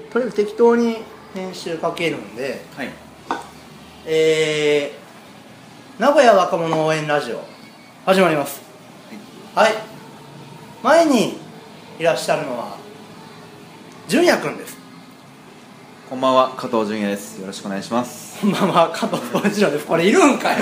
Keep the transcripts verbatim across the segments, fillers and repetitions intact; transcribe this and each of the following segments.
とりあえず適当に編集かけるんで、 はい、 えー、名古屋若者応援ラジオ始まります。はい、はい、前にいらっしゃるのは純也くんです。 こんばんは、加藤純也です。よろしくお願いします。 こんばんは、加藤浩次郎です。これいるんかよ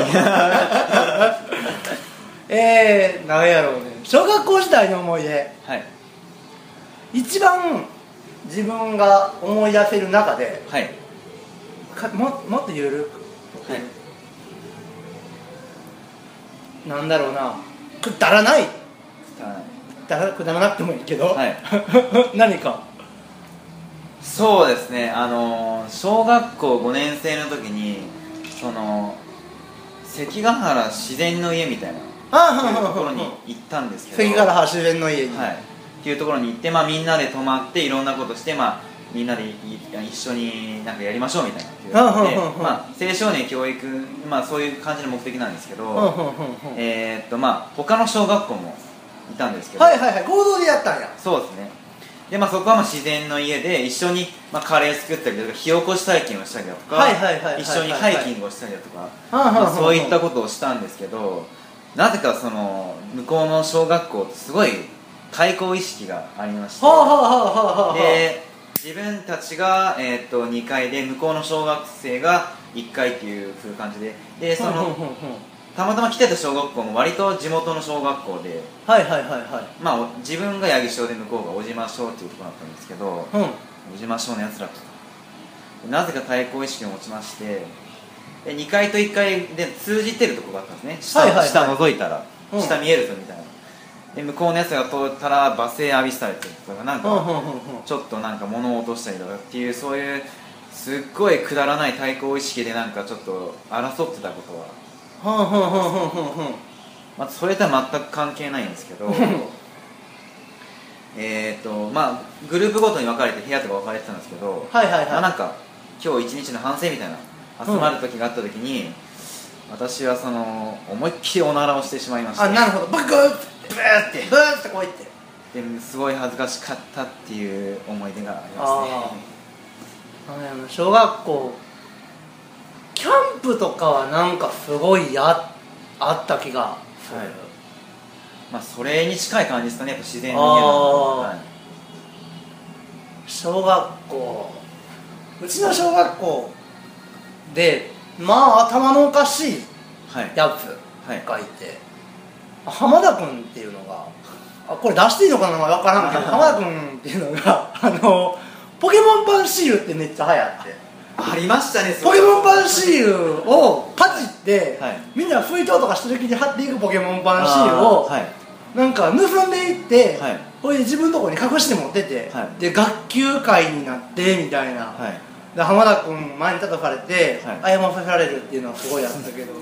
えー、何やろうね、小学校時代の思い出、 はい、 一番自分が思い出せる中で、 はい、 か も, もっとゆるく、はい、なんだろうな、くだらない、くだら, くだらなくてもいいけど、はい、何か。 そうですね、あの小学校ごねん生の時にその関ヶ原自然の家みたいなところに行ったんですけど、 関ヶ原自然の家に、 はい、っていうところに行って、まあ、みんなで泊まっていろんなことして、まあ、みんなで一緒になんかやりましょうみたいなっていうので、まあ、青少年教育、まあ、そういう感じの目的なんですけど、えーっとまあ他の小学校もいたんですけど、 はいはいはい、合同でやったんや。 そうですね。で、まあ、そこはまあ自然の家で一緒に、まあ、カレー作ったりとか火起こし体験をしたりだとか、一緒にハイキングをしたりだとか、まあ、そういったことをしたんですけど、なぜかその向こうの小学校ってすごい対抗意識がありまして、で自分たちが、えー、とにかいで向こうの小学生がいっかいっていう感じで、でそのたまたま来てた小学校も割と地元の小学校で、 はいはいはいはい、 まあ自分が八木小で向こうが小島小っていうところだったんですけど、うん、小島小のやつらとなぜか対抗意識を持ちまして、でにかいといっかいで通じてるところがあったんですね。 下,、はいはいはい、下覗いたら、うん、下見えるぞみたいな。で向こうのやつが通ったら罵声浴びせたりとか、なんかちょっとなんか物を落としたりとかっていう、そういうすっごいくだらない対抗意識でなんかちょっと争ってたことは、まあ、それとは全く関係ないんですけどえっとまあグループごとに分かれて部屋とか分かれてたんですけど、 はいはいはい、 まあ、なんか今日一日の反省みたいな集まる時があった時に、うん、私はその思いっきりおならをしてしまいました。 あ、なるほど、ブッブーってブーってこう言って、 ですごい恥ずかしかったっていう思い出がありますね。 ああ、小学校キャンプとかはなんかすごいやあった気がする、はい、 まあそれに近い感じですかね、やっぱ自然の家なので、はい、 小学校、うちの小学校でまあ頭のおかしいやつがいて、はいはい、浜田君っていうのが、あ、これ出していいのかな、分からんけど浜田君っていうのがあのポケモンパンシールってめっちゃ流行って、 ありましたね。 ポケモンパンシールをパチって、はいはい、みんな封筒とかしてる時に貼っていくポケモンパンシールを、はい、なんか盗んでいって、はい、これで自分のところに隠して持ってて、はい、で学級会になってみたいな、はい、で浜田君前に立たされて、はい、謝られるっていうのはすごいあったけど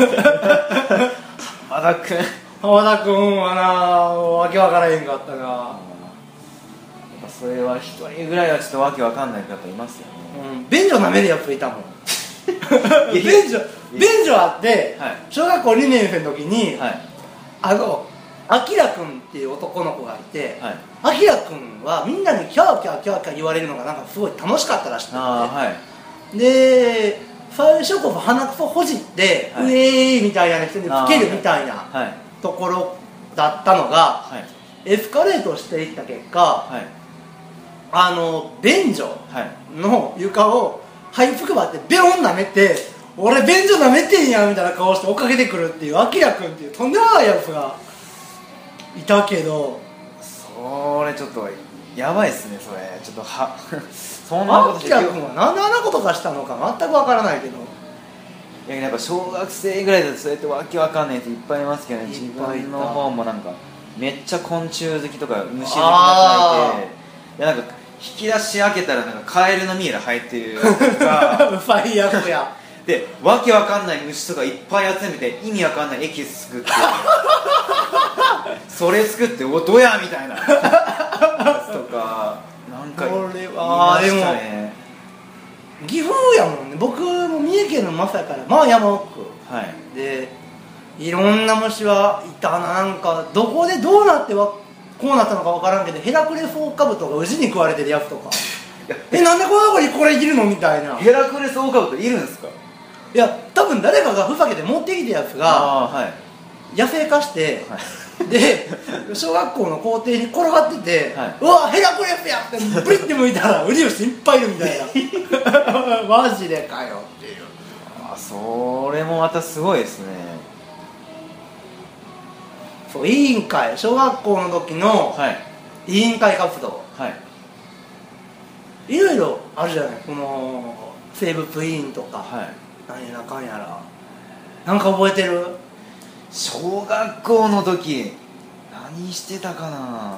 浜田君浜田君はな、わけわからへんかったな。 それは一人ぐらいはちょっとわけわかんない方いますよね。 うん、便所舐めるやついたもん便所便所あって、はい、小学校にねん生の時に、はい、あのあきらくんっていう男の子がいて、あきらくんはみんなにキャーキャーキャーキャー言われるのがなんかすごい楽しかったらしくて、はい、で最初こそ鼻くそほじって、はい、ウェーみたいな人につけるみたいな、はい、ところだったのが、はい、エスカレートしていった結果、はい、あの便所の床をはいつくばってベロン舐めて、俺便所舐めてんやみたいな顔して追っかけてくるっていう、あきらくんっていうとんでもないやつがいたけど、 それちょっとやばいっすね。それちょっとはそんなことして、あきらくんは何であんなことかしたのか全くわからないけど、 いややっぱ小学生ぐらいだとそうやってわけわかんない人いっぱいいますけどね。自分の方もなんかめっちゃ昆虫好きとか虫好きがいて、いやなんか引き出し開けたらなんかカエルのミイラ入ってるとか最悪やでわけわかんない虫とかいっぱい集めて意味わかんないエキス作ってそれ作っておどやみたいなやつとかなんかこれはでも岐阜やもんね。僕も三重県のまさからまあ山奥、はい、でいろんな虫はいたな。なんかどこでどうなってはこうなったのか分からんけど、ヘラクレスオオカブトがウジに食われてるやつとかえ、なんでこの子にこれいるのみたいな。 ヘラクレスオオカブトいるんですか？ いや、多分誰かがふざけて持ってきたやつが、はい、野生化して、はい、で小学校の校庭に転がってて、はい、うわヘラクレスやってブリッて向いたらウリウシいっぱいいるみたいなマジでかよっていう。 あ、それもまたすごいですね。 そう、委員会、小学校の時の委員会活動、はい、いろいろあるじゃない。この生物委員とか、はい、何やらかんやら。なんか覚えてる？ 小学校の時何してたかな。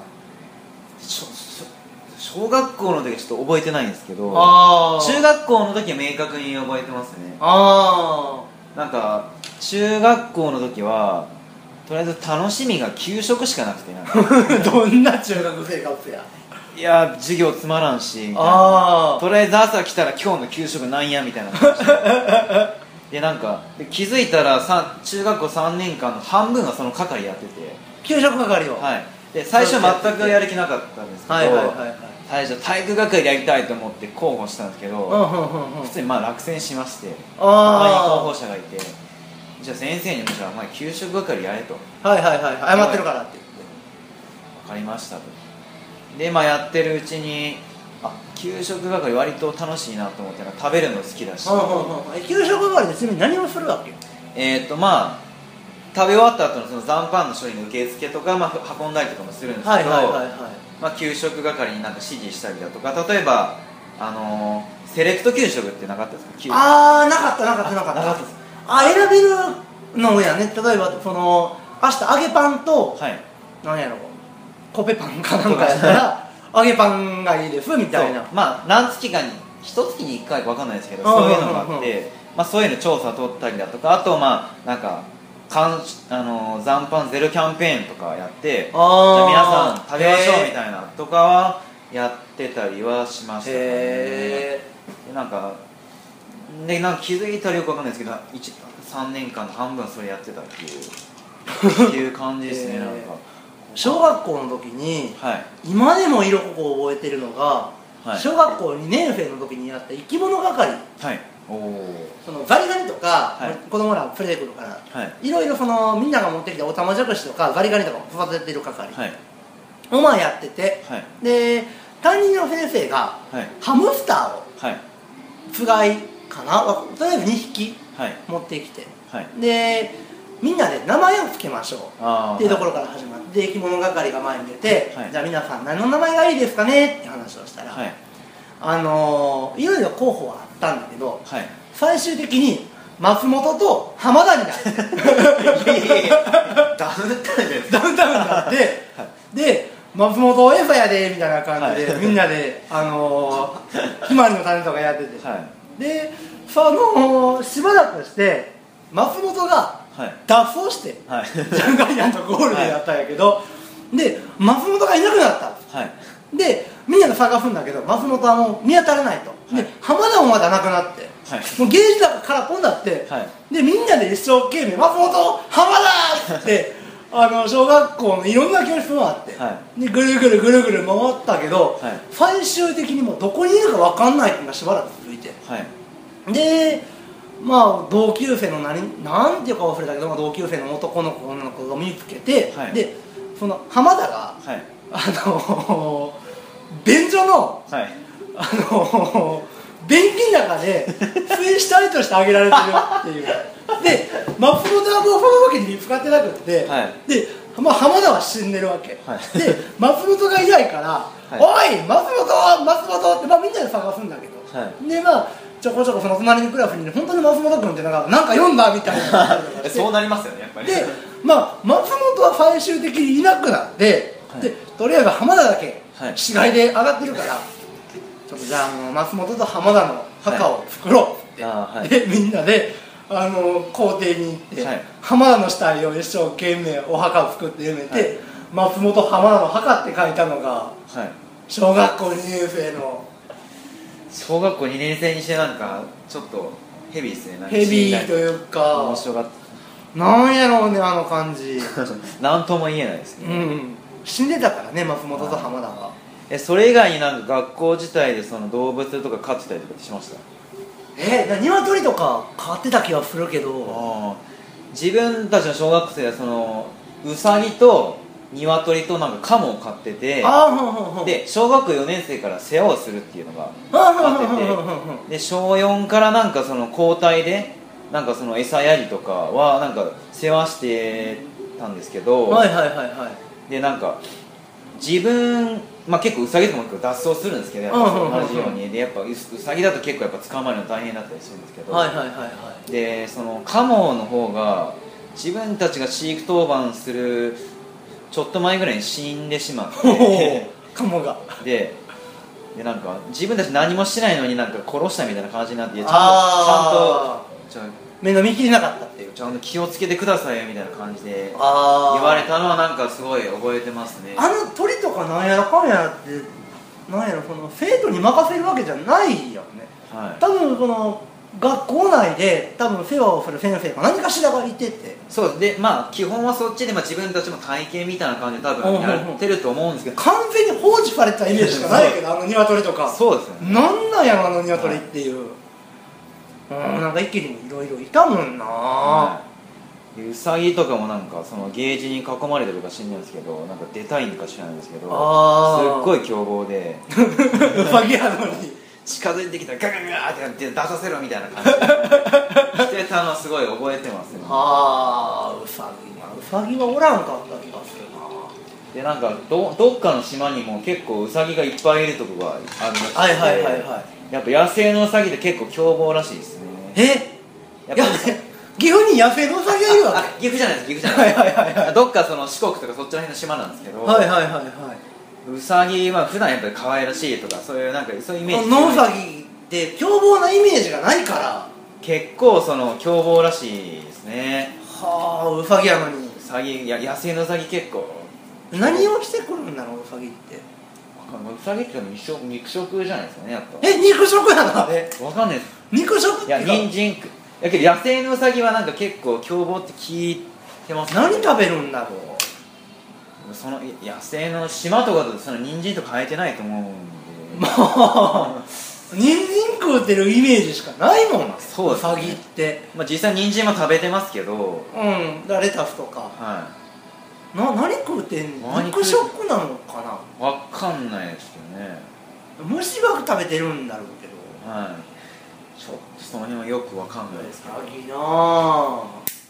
小学校の時はちょっと覚えてないんですけど、中学校の時は明確に覚えてますね。ああ、なんか中学校の時はとりあえず楽しみが給食しかなくてなどんな中学生活や。 いや授業つまらんしみたいな。とりあえず朝来たら今日の給食なんやみたいな感じでなんかで気づいたらさ中学校さんねんかんの半分はその係やってて、 給食係を、 はい、で最初全くやる気なかったんですけど、はいはいはいはい、最初体育係やりたいと思って候補したんですけど、うんうんうんうん、普通にまあ落選しまして、ああ候補者がいて、じゃあ先生にもじゃあお前給食係やれと、 はいはいはい謝ってるからって言って、 分かりましたと。でまあやってるうちにあ給食係割と楽しいなと思って食べるの好きだし、うんうんうん、給食係でちなみに何をするわけ？ えっとまあ食べ終わった後のその残飯の処理の受付とか、まあ、運んだりとかもするんですけど、まあ給食係になんか指示したりだとか、例えばあのー、セレクト給食ってなかったですか？ ああなかったなかったなかったなかったです。あ選べるのやね。例えばその明日揚げパンと、はい、何やろコペパンかなんかやったら揚げパンがいいですみたいな。 まあ何月かに一月にいっかいか分かんないですけど、そういうのがあって、まあ、そういうの調査取ったりだとか、あとまあなんかかんあの残飯ゼロキャンペーンとかやって、じゃあ皆さん食べましょうみたいなとかはやってたりはしましたね。でなんかでなんか気づいたらよく分かんないですけどさんねんかんの半分それやってたっていうっていう感じですね。なんか小学校の時に、はい、今でも色濃く覚えてるのが、はい、小学校にねん生の時にやった生き物係、はい、おそのザリガニとか、はい、子供ら連れてくるから、はい、いろいろそのみんなが持ってきたオタマジャクシとかザリガニとかを育ててる係、はい、をまあやってて、はい、で担任の先生が、はい、ハムスターを、はい、つがいかなとりあえずにひき持ってきて、はい、でみんなで名前を付けましょうっていうところから始まって、はい、生き物係が前に出て、はい、じゃあ皆さん何の名前がいいですかねって話をしたら、はい、あのー、いろいろ候補はあったんだけど、はい、最終的に松本と浜田になってダウンタウンですダウンタウンになって、はい、で松本エファやでみたいな感じで、はい、みんなで、あのー、ひまわりの種とかやってて、はい、でそのしばらくして松本が脱走して、はい、ジャンガリアンとゴールでやったんやけど、はい、で松本がいなくなったんです、はい、でみんなで探すんだけど松本はもう見当たらないと、はい、で浜田もまだなくなって、はい、もうゲージだから空っぽになって、はい、でみんなで一生懸命松本浜田ってあの小学校のいろんな教室もあって、はい、でぐるぐるぐるぐる回ったけど、はい、最終的にもうどこにいるか分かんないっていうのがしばらく続いて、はい、でまあ同級生の何なんていうか忘れたけど、まあ、同級生の男の子女の子が見つけて、はい、でその浜田が、はい、あの便所の、はい、あの便器の中で水死体としてあげられてるっていうで松本はもうその時に見つかってなくって、はい、で、まあ、浜田は死んでるわけ、はい、で松本がいないから、はい、おい松本松本って、まあ、みんなで探すんだけど、はい、でまあちょこちょこその隣のクラスに本当に松本君ってなんかなんか読んだみたいなそうなりますよねやっぱり。 でまあ松本は最終的にいなくなって、はい、でとりあえず浜田だけ死骸で上がってるから、はい、ちょっとじゃあもう松本と浜田の墓を作ろうって、はい、でみんなであの校庭に行って、はい、浜田の死体を一生懸命お墓を作って埋めて、はい、松本浜田の墓って書いたのが、はい、小学校にねん生の小学校にねん生にしてなんかちょっとヘビーですね。なんかヘビーというか面白かった。なんやろうねあの感じなんとも言えないですね、 うん、死んでたからね松本と浜田が。 えそれ以外になんか学校自体でその動物とか飼ってたりとかしました？ えー、鶏とか飼ってた気がするけど、 あ自分たちの小学生はそのウサギと鶏となんかカモを飼ってて、で小学校よねん生から世話をするっていうのがあってて、で小よんからなんかその交代でなんかその餌やりとかはなんか世話してたんですけど、 はいはいはいはい、 でなんか自分、まあ、結構ウサギとかも脱走するんですけど、やっぱ同じようにでやっぱウサギだと結構やっぱ捕まえるの大変だったりするんですけど、 はいはいはいはい、 でそのカモの方が自分たちが飼育当番するちょっと前ぐらいに死んでしまってカモがででなんか自分たち何もしてないのになんか殺したみたいな感じになってちゃんとちゃんとちゃん目の見切れなかったっていう、 ちゃんと気をつけてくださいよみたいな感じで言われたのはなんかすごい覚えてますね。 あの鳥とかなんやらかんやらってなんやろ、その生徒に任せるわけじゃないよね、はい、多分その学校内で多分世話をする先生が何かしらがいてて、 そうでまあ基本はそっちで、まあ、自分たちも体験みたいな感じで多分やってると思うんですけど、 完全に放置されたイメージしかないけどあの鶏とかそうですよね、 なんなんやろあの鶏っていう、はい、うんなんか一気にいろいろいたもんな、はい、 ウサギとかもなんかそのゲージに囲まれてるか知んないんですけどなんか出たいんか知らないんですけどすっごい凶暴でウサギやのに近づいてきたらガガガガってやって出させろみたいな感じでしてたのすごい覚えてますね。 ああウサギなウサギはおらんかった気がするな。 でなんか ど, どっかの島にも結構ウサギがいっぱいいるとこがあるらしくて、 はいはいはいはい、 やっぱ野生のウサギって結構凶暴らしいですね。 えやっぱ岐阜に野生のウサギがいるわけ？ あ岐阜じゃないです岐阜じゃないです、はいはいはいはい、どっかその四国とかそっちら辺の島なんですけど、 はいはいはいはい、 ウサギは普段やっぱり可愛らしいとかそういうなんかそういうイメージ、 ノウサギって凶暴なイメージがないから結構その凶暴らしいですね。 はあウサギやのにウサギや野生のウサギ結構何をしてくるんだろうウサギって。 ウサギって肉食、肉食じゃないですかねやっぱ。 え肉食なのあれ？ わかんないです。 肉食っていや人参やけど野生のウサギはなんか結構凶暴って聞いてます、ね、 何食べるんだろう。その野生の島とかだとその人参とか生えてないと思うんでまあ人参食うてるイメージしかないもんな。 そうですね、 ウサギって、 まあ、実際人参も食べてますけど、 うんレタスとか、 はい、 な何食うてんの？肉食なのかな、 わかんないですけどね。 虫歯食べてるんだろうけど、 はい、ちょっとその辺はよくわかんないですけど。 ウサギなぁ。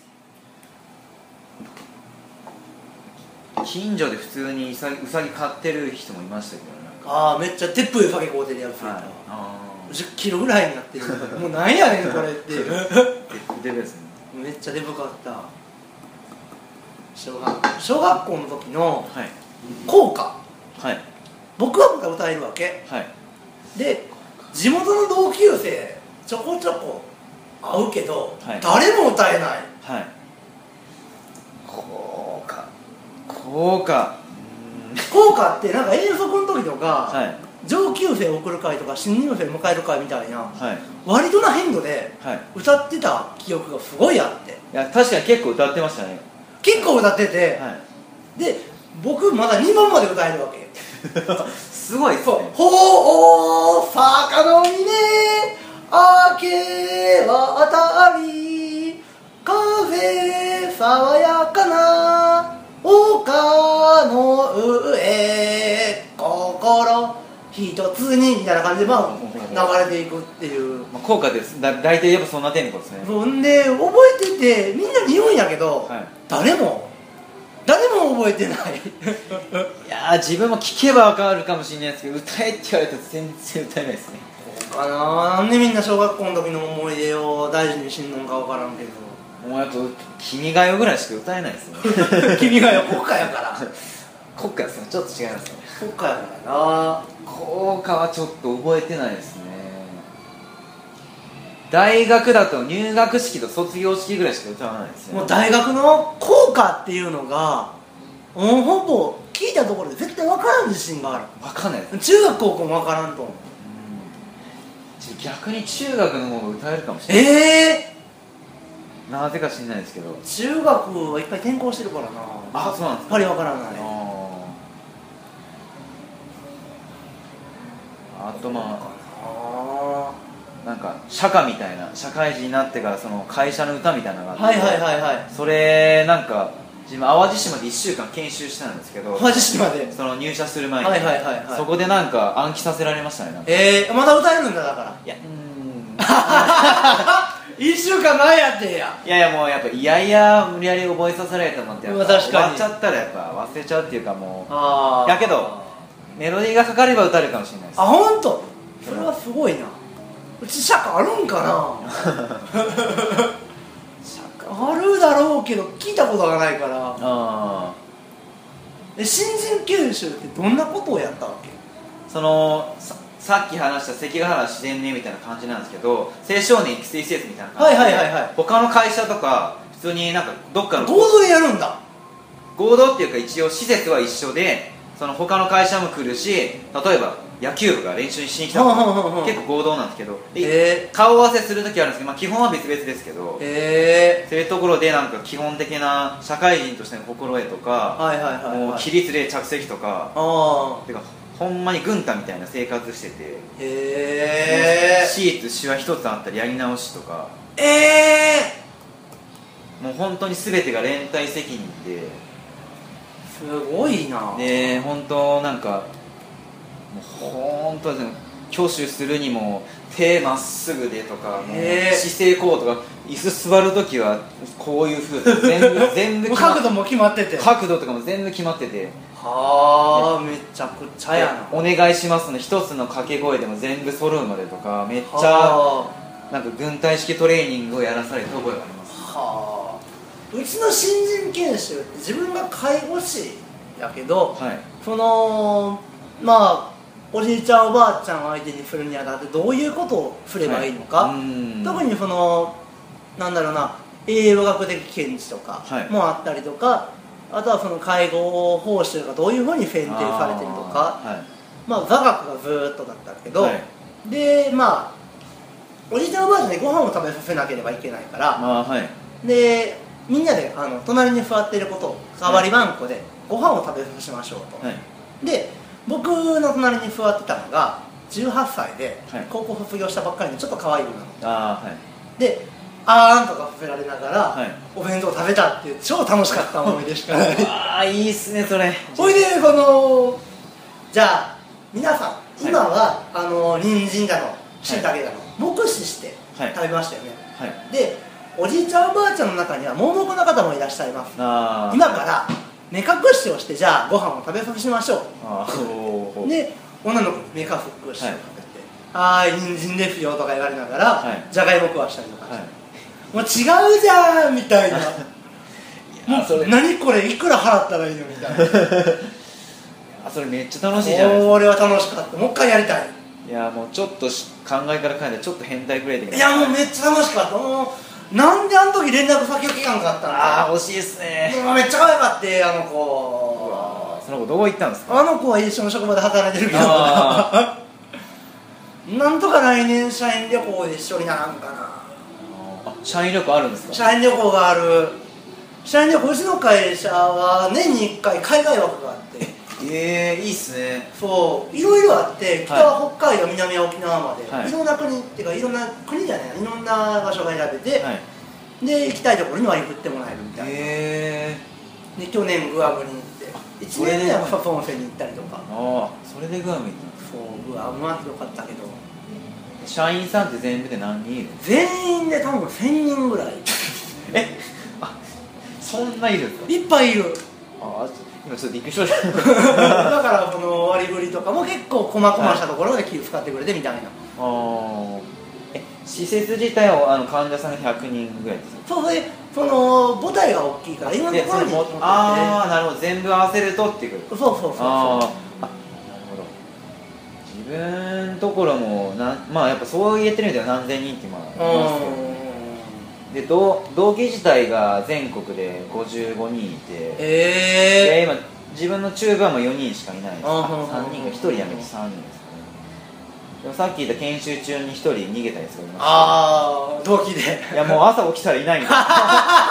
近所で普通にウサギ、ウサギ飼ってる人もいましたけど、なんかああめっちゃでっぷいウサギ買うてるやついた、はい、 あじゅっキロぐらいになってるもうなんやねんこれっていうデブですね。 めっちゃデブかった。小学小学校の時の校歌、はい、僕はまた歌えるわけ、はい、で地元の同級生ちょこちょこ会うけど、はい、誰も歌えない、はい、 校歌校歌校歌ってなんか遠足の時とか、はい、上級生を送る会とか新入生を迎える会みたいな、はい、割とな頻度で歌ってた記憶がすごいあって、いや確かに結構歌ってましたね。 結構歌ってて、はい、で僕まだにばんまで歌えるわけすごいっすね。 ほう坂の峰明け渡り風爽やかな丘の上心一つにみたいな感じで、まあ、流れていくっていう、 まあ、効果ですだ大体やっぱそんなテンポですね。 そんで覚えててみんなに言うんやけど、はい、誰も誰も覚えてないいやー自分も聞けば分かるかもしれないですけど歌えって言われたら全然歌えないですね。 そうかな。なんでみんな小学校の時の思い出を大事にしんのか分からんけど、 もうやっぱ君が代ぐらいしか歌えないですね君が代国歌やから国歌ですね。ちょっと違いますね。 国歌やからな。 校歌はちょっと覚えてないですね。大学だと入学式と卒業式ぐらいしか歌わないですね。 もう大学の校歌っていうのがもうほぼ聞いたところで絶対分からん自信がある。 分かんないです。 中学高校も分からんと思う。 うん逆に中学の方が歌えるかもしれない。 えー、なぜか知らないですけど中学はいっぱい転校してるからな。 あ、そうなんですか。 やっぱり分からない。 あとまあなんか社歌みたいな、社会人になってからその会社の歌みたいなのがあって、 はいはいはいはい、 それなんか自分淡路島でいっしゅうかん研修したんですけど、 淡路島でその入社する前に、 はいはいはいはい、 そこでなんか暗記させられましたね。 えー、まだ歌えるんだ。だからいやうーんいっしゅうかん前やってや。 いやいやもうやっぱいやいや無理やり覚えさせられたもんってやっぱ確かに終わっちゃったらやっぱ忘れちゃうっていうか、もうあやけどメロディーがかかれば歌えるかもしれないです。 あ、本当。それはすごいな。うち社歌あるんかなあるだろうけど聞いたことがないから。 あえ、新人研修ってどんなことをやったわけ？ その さ, さっき話した関ヶ原自然ねみたいな感じなんですけど、青少年育成施設みたいな感じで、はいはいはいはい、他の会社とか普通になんかどっかの合同でやるんだ。 合同っていうか一応施設は一緒で、その他の会社も来るし、例えば野球部が練習にしに来たとか結構合同なんですけど、えー、顔合わせするときあるんですけど、まあ、基本は別々ですけど、えー、そういうところでなんか基本的な社会人としての心得とか、はいはいはいはい、もう起立で着席とか、あてかほんまに軍隊みたいな生活してて、えー、シーツシワ一つあったらやり直しとか、えー、もう本当に全てが連帯責任で、 すごいな。 で本当なんかもう本当に挙手するにも手まっすぐでとか、もう姿勢こうとか、椅子座るときはこういうふう全部全部角度も決まってて、 角度とかも全部決まってて、 はあ、めちゃくちゃやな。 お願いしますの一つの掛け声でも全部揃うまでとか、めっちゃなんか軍隊式トレーニングをやらされた覚えがあります。はあ、うちの新人研修って自分が介護士やけど、はい、そのまあおじいちゃんおばあちゃんを相手にするにあたってどういうことをすればいいのか、はい、特にそのなんだろうな、栄養学的見地とかもあったりとか、はい、あとはその介護報酬がどういうふうに選定されてるとか、あ、はい、まあ座学がずーっとだったけど、はい、でまあおじいちゃんおばあちゃんにご飯を食べさせなければいけないから、あ、はい、でみんなであの隣に座っていることを代わりばんこでご飯を食べさせましょうと、はい、で僕の隣に座ってたのがじゅうはっさいで、はい、高校卒業したばっかりのちょっと可愛い女の子、あ、はい、であーんとかさせられながら、はい、お弁当を食べたっていう超楽しかった思い出しかないああ、いいっすねそれ。 ほいでこのじゃあ皆さん今は、はい、あの人参だの椎茸だの、目視して食べましたよね、はい、でおじいちゃんおばあちゃんの中には盲目の方もいらっしゃいます。今から目隠しをして、じゃあご飯を食べさせましょう。あで女の子に目隠しをかけて、はい、はーい人参ですよとか言われながら、はい、じゃがいも食わしたりとか、はい、もう違うじゃんみたいなもうそれ何これいくら払ったらいいのみたいなあ、それめっちゃ楽しいじゃないですか。 これは楽しかった。もう一回やりたい。 いやもうちょっと考えから考えてちょっと変態プレイ的な。 いやもうめっちゃ楽しかった。もうなんであの時連絡先を聞かんかったのか。 ああ、惜しいっすね。 もうめっちゃ可愛かった、あの子。 その子どこ行ったんですか？ あの子は一緒の職場で働いてるけどなんとか来年社員旅行で一緒にならんかな。 あ、社員旅行あるんですか？ 社員旅行がある。社員旅行、うちの会社は年にいっかい海外枠があって、 ええー、いいっすね。 そう、いろいろあって、北は北海道、はい、南は沖縄まで、はい、いろんな国っていうかいろんな国じゃない、いろんな場所が選べて、はい、で行きたいところに割り振ってもらえるみたいな。へー。で去年グアムに行って、いちねんめは草津温泉に行ったりとか。 ああ、それでグアム行った。 そう、グアムはよかったけど。 社員さんって全部で何人いる？ 全員で多分せんにんぐらいえ、あ、そんないるんですか？ いっぱいいる。 ああ、今ちょっとびっくりしましただからこの割り振りとかも結構細々したところまで気を使ってくれてみたいな。ああ、え、施設自体はあの患者さんがひゃくにんぐらいですか？ そうで、その母体が大きいからいろんなところに持ってて、 ああ、なるほど、全部合わせるとっていうこと。 そうそうそうそう。ああ、なるほど。自分のところもな、まあやっぱそう言えてるみたいな何千人ってまあいますけど、で 同, 同期自体が全国でごじゅうごにんいて、えー、で今自分の中部はもうよにんしかいないです。さんにんがひとり辞めてさんにんですかね。でもさっき言った研修中にひとり逃げたやつがいました。 ああ、同期で。 いやもう朝起きたらいないんです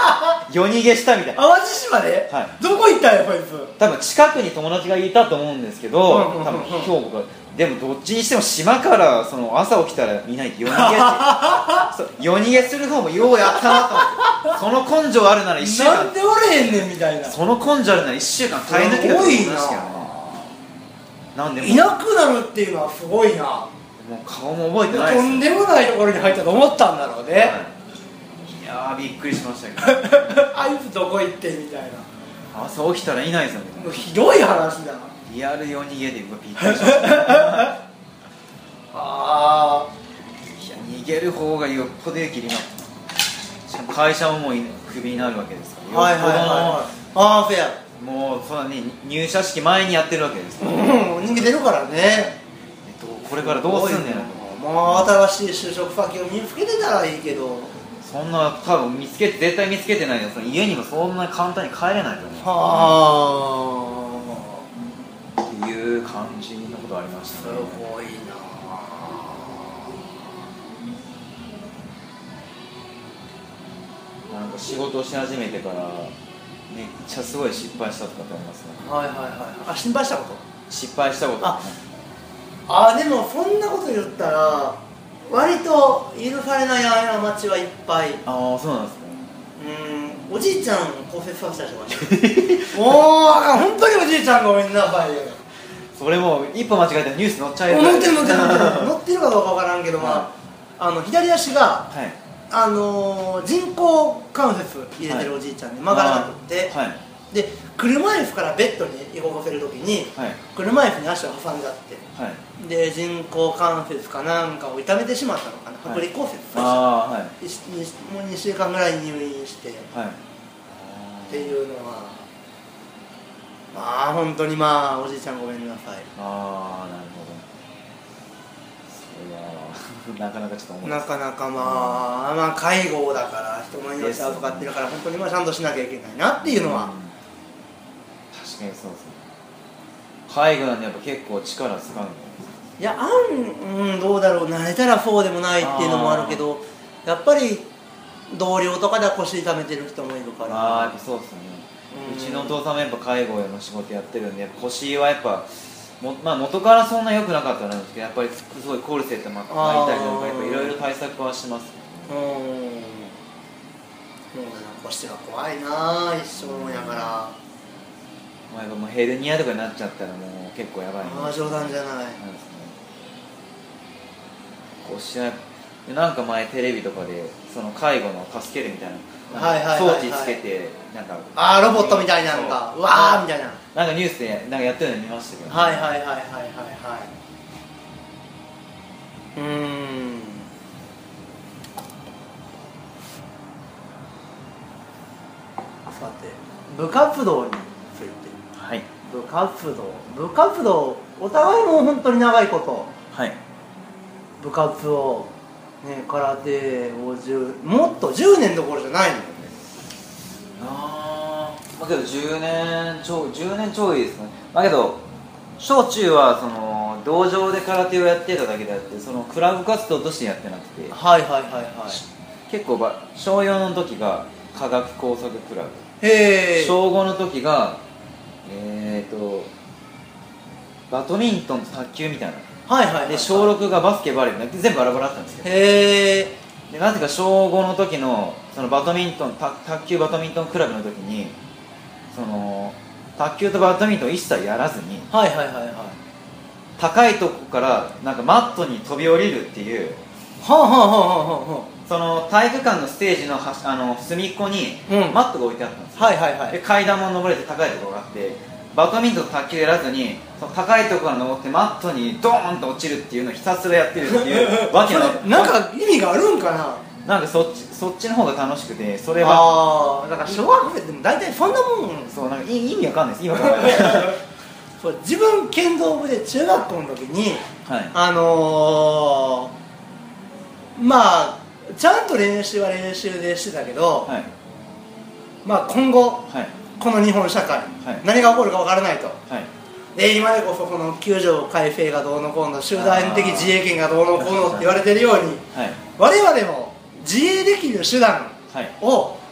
夜逃げしたみたいな。 淡路島で、はい、どこ行ったんやこいつ。 多分近くに友達がいたと思うんですけど、多分兵庫がでもどっちにしても島からその朝起きたら見ないと夜逃げって夜逃げする方もようやったなと思って、その根性あるならいっしゅうかんなんでおれへんねんみたいな、 その根性あるならいっしゅうかん耐え抜けたと思いましたけどね。なんでもいなくなるっていうのはすごいな。 もう顔も覚えてないです、 とんでもないところに入ったと思ったんだろうね、はい、 いやーびっくりしましたけどあいつどこ行ってみたいな、 朝起きたらいないぞみたいな、 ひどい話だな。 リアル夜逃げでびっくりしましたああ、 いや逃げる方がよっぽど勇気いります。しかも会社ももうクビになるわけですから、 はいはいはいはい、ああフェア、 もうそんなね入社式前にやってるわけですから、 うん、逃げてるからね、 えっと、これからどうすんねんと、まあ新しい就職先を見つけてたらいいけど、 そんな多分見つけて絶対見つけてないよ。その家にもそんな簡単に帰れないと思う。 はあっていう感じのことありましたね。 すごいな。 なんか仕事をし始めてからめっちゃすごい失敗したとかってありますね。 はいはいはい。あ、心配したこと？ 失敗したこと、ね、 ああ、でもそんなこと言ったら割と許されない過ちはいっぱい。 ああ、そうなんですね。 うん、おじいちゃん骨折させたりとかしてもう本当におじいちゃんごめんなさいよ。 それも一歩間違えたらニュース載っちゃうよ。 載ってる載ってる載ってる載ってるかどうかわからんけど、まあ、あの左足が、はい、あのー、人工関節入れてるおじいちゃんで、はい、曲がらなくって、はい、で車椅子からベッドに動かせるときに、はい、車椅子に足を挟んじゃって、はい、で人工関節かなんかを痛めてしまったのかな、剥離骨折させた、はい、もうにしゅうかんぐらい入院して、はい、っていうのはまあ本当にまあおじいちゃんごめんなさい。 ああ、なるほど。それはなかなかちょっと思います。 なかなかまあ、まあ介護だから人の命預かってるから本当にまあちゃんとしなきゃいけないなっていうのは、うん、 確かにそうですね。介護なんでやっぱ結構力使うんだよね。 いや、あん、うん、どうだろう、慣れたらそうでもないっていうのもあるけど、やっぱり同僚とかでは腰痛めてる人もいるから。 ああ、やっぱそうですね。うちのお父さんもやっぱ介護の仕事やってるんで、やっぱ腰はやっぱも、まあ、元からそんな良くなかったんですけど、やっぱりすごいコルセット巻いたりとかいろいろ対策はしますね。うん、もう腰は怖いな、一生やから。まあ、やっぱもうヘルニアとかになっちゃったらもう結構やばいね。 ああ、冗談じゃない。なんですね、 腰はなんか前テレビとかでその介護の助けるみたいな装置つけて、なんかああロボットみたいなのがうわーみたいな、 なんかニュースでなんかやってるの見ましたけど、ね、 はいはいはいはいはいはい。うーん、さて部活動について、はい、部活動部活動お互いも本当に長いこと、はい、部活をね、空手をじゅうもっとじゅうねんどころじゃないのよね。 ああ、まあけどじゅうねんちょいじゅうねんちょいですね。まあけど小中はその道場で空手をやってただけであって、そのクラブ活動としてやってなくて、 はいはいはいはい。 結構ば小よんの時が科学工作クラブ、 へー、 小ごの時がえーとバドミントンと卓球みたいな、 はいはいはいはい、 で小ろくがバスケバレー全部バラバラだったんですけど、 へー、 でなぜか小ごの時のそのバドミントン卓球バドミントンクラブの時にその卓球とバドミントンを一切やらずに、 はいはいはいはい、 高いとこからなんかマットに飛び降りるっていう、 はあはあはあはあはあ、 その体育館のステージのはあの隅っこにマットが置いてあったんですよ、 はいはいはい、 で階段も登れて高いところがあって、バドミントンと卓球やらずにその高いところから登ってマットにドーンと落ちるっていうのをひたすらやってるっていうわけのなんか意味があるんかな。 なんかそっちそっちの方が楽しくて、それはああ、だから小学生でも大体そんなもん、 そうなんか意味わかんないです、今考えたらそう自分剣道部で中学校の時に、はい、あのー、まあちゃんと練習は練習でしてたけど、はい、まあ今後、はい、この日本社会、はい、何が起こるか分からないと、はい、で今でこそこのきゅう条改正がどうのこうの、集団的自衛権がどうのこうのって言われてるように、はい、我々も自衛できる手段を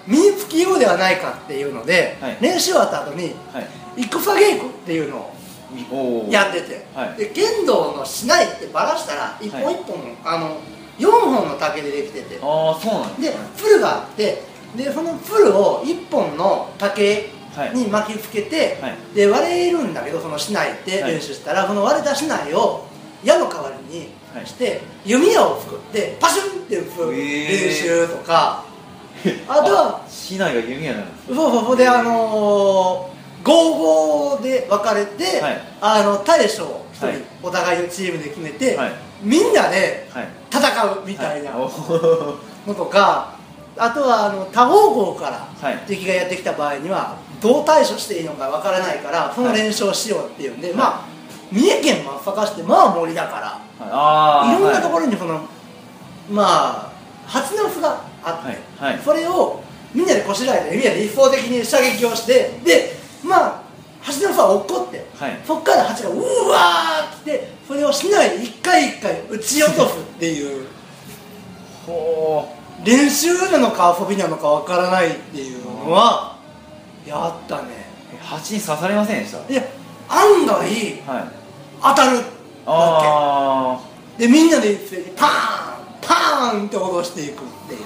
身につきようではないかっていうので、はい、練習終わった後に、はい、戦稽古っていうのをやってて、はい、で剣道のしないってばらしたら一本一本、はい、あのよんほんの竹でできてて、 あそうなんです、 ね、でプルがあって、でそのプルをいっぽんの竹に巻きつけて、はい、で割れるんだけど、そのしないって練習したら、はい、その割れたしないを矢の代わりにして、はい、弓矢を作ってパシュンって打つ練習とか、あとはしないが弓矢なんですか。 そうそうそうで、あのー、ごたいごで分かれて、はい、あの大将をひとり、はい、お互いのチームで決めて、はい、みんなで戦うみたいなのとか、あとはあの多方向から敵がやってきた場合にはどう対処していいのか分からないから、その練習をしようっていうんで、はい、まあ三重県真っ坂してまあ森だから、はい、いろんなところにその、まあ蜂の巣があって、はいはい、それをみんなでこしらえてみんなで一方的に射撃をして、でまあ蜂の巣は落っこって、はい、そっから蜂がうわーって来て、それをしないで一回一回撃ち落とすっていうほう練習なのか遊びなのかわからないっていうのはやったね。 蜂に刺されませんでした？ いや案外、はい、当たるわけで、みんなで一斉にパーンパーンって脅していくっていう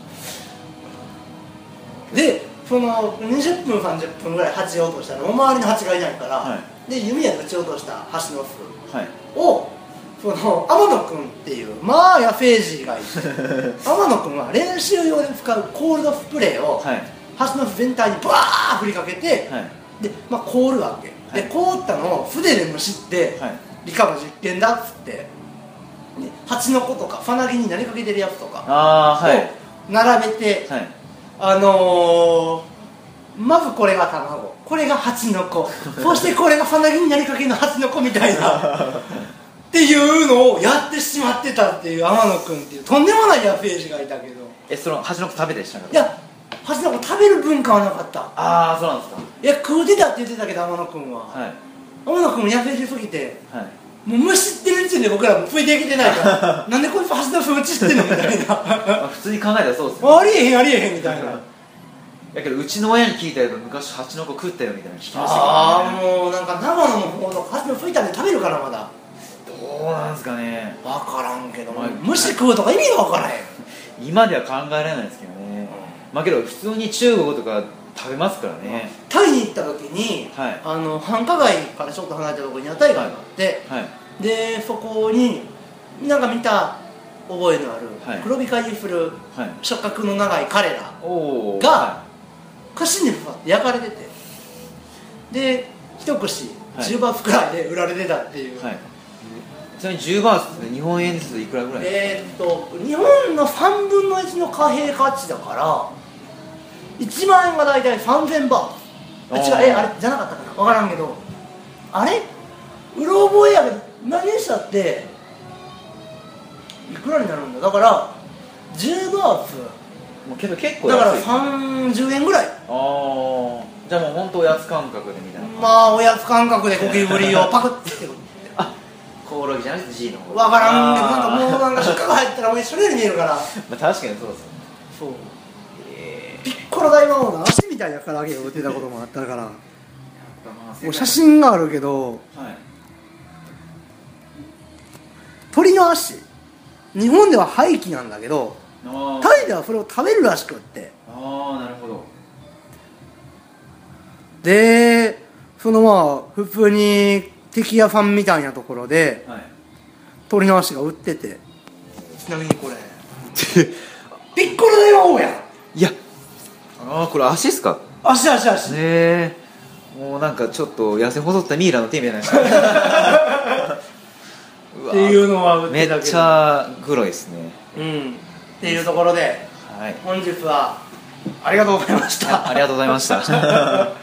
で、そのにじゅっぷんさんじゅっぷんぐらい蜂を落としたら周りの蜂がいないから、はい、で弓矢で撃ち落とした蜂の巣を、はい、その天野くんっていうまあ野生児がいて天野くんは練習用で使うコールドスプレーを、はい、蜂の巣全体にバーッ振りかけて、はい、で、まあ、凍るわけ、はい、で凍ったのを筆でむしって、はい、理科の実験だっつって、蜂の子とかファナギになりかけてるやつとかを並べて、はい、あのー、まずこれが卵、これが蜂の子そしてこれがファナギになりかけの蜂の子みたいなっていうのをやってしまってたっていう天野くんっていうとんでもない野生児がいたけど、 え、その蜂の子食べてしたの？ いや、蜂の子食べる文化はなかった。 ああ、そうなんですか。 いや、食うてたって言ってたけど天野くんは、はい、天野くん野生児すぎて、はい、もう虫ってる時点で僕らもついていけてないからなんでこいつ蜂の巣打ちしてんのみたいな普通に考えたらそうですよ、ね、 ありえへんありえへんみたいなやけどうちの親に聞いたけど昔蜂の子食ったよみたいな聞きましたけど、ね、 ああもうなんか長野の方の蜂の巣板で食べるからまだどうなんですかね、 分からんけど、まあ、虫食うとか意味が分からへん今では考えられないですけどね、うん、まあけど普通に中国とか食べますからね。 タイに行った時に、はい、あの繁華街からちょっと離れたところに屋台街があって、はいはい、でそこになんか見た覚えのある、はい、黒光りする触覚の長い彼らが串に刺って焼かれてて、で一串じゅうバーツくらいで売られてたっていう、はい、 ちなみにじゅうバーツって日本円ですといくらぐらいえーっと日本のさんぶんのいちの貨幣価値だからいちまん円が大体さんぜんバーツ、あ違う、えあれじゃなかったかな分からんけど、あれうろ覚えやけど何でしたっていくらになるんだ、だからじゅうバーツもうけど結構だからさんじゅうえんぐらい。ああ、じゃあもう本当おやつ感覚でみたいな。 まあおやつ感覚でゴキブリをパクってってあ、コオロギじゃなくて G の方分からんけど、なんかもうなんか引っかが入ったら俺それより見えるからまあ確かにそうですよね。 そう、えー、ピッコロ大魔王の足みたいな唐揚げを売ってたこともあったからもう写真があるけど、はい、鳥の足日本では廃棄なんだけどタイではそれを食べるらしくって、 ああなるほど。 でそのまあ普通に敵屋さんみたいなところで、はい、鳥の足が売ってて、ちなみにこれピッコロ大魔王やん。 いやああこれ足っすか。 足足足。 へえ、もうなんかちょっと痩せ細ったミイラの手みたいなっていうのは売ってたけどめっちゃグロいですね。 うんっていうところで、はい、本日はありがとうございました。 ありがとうございました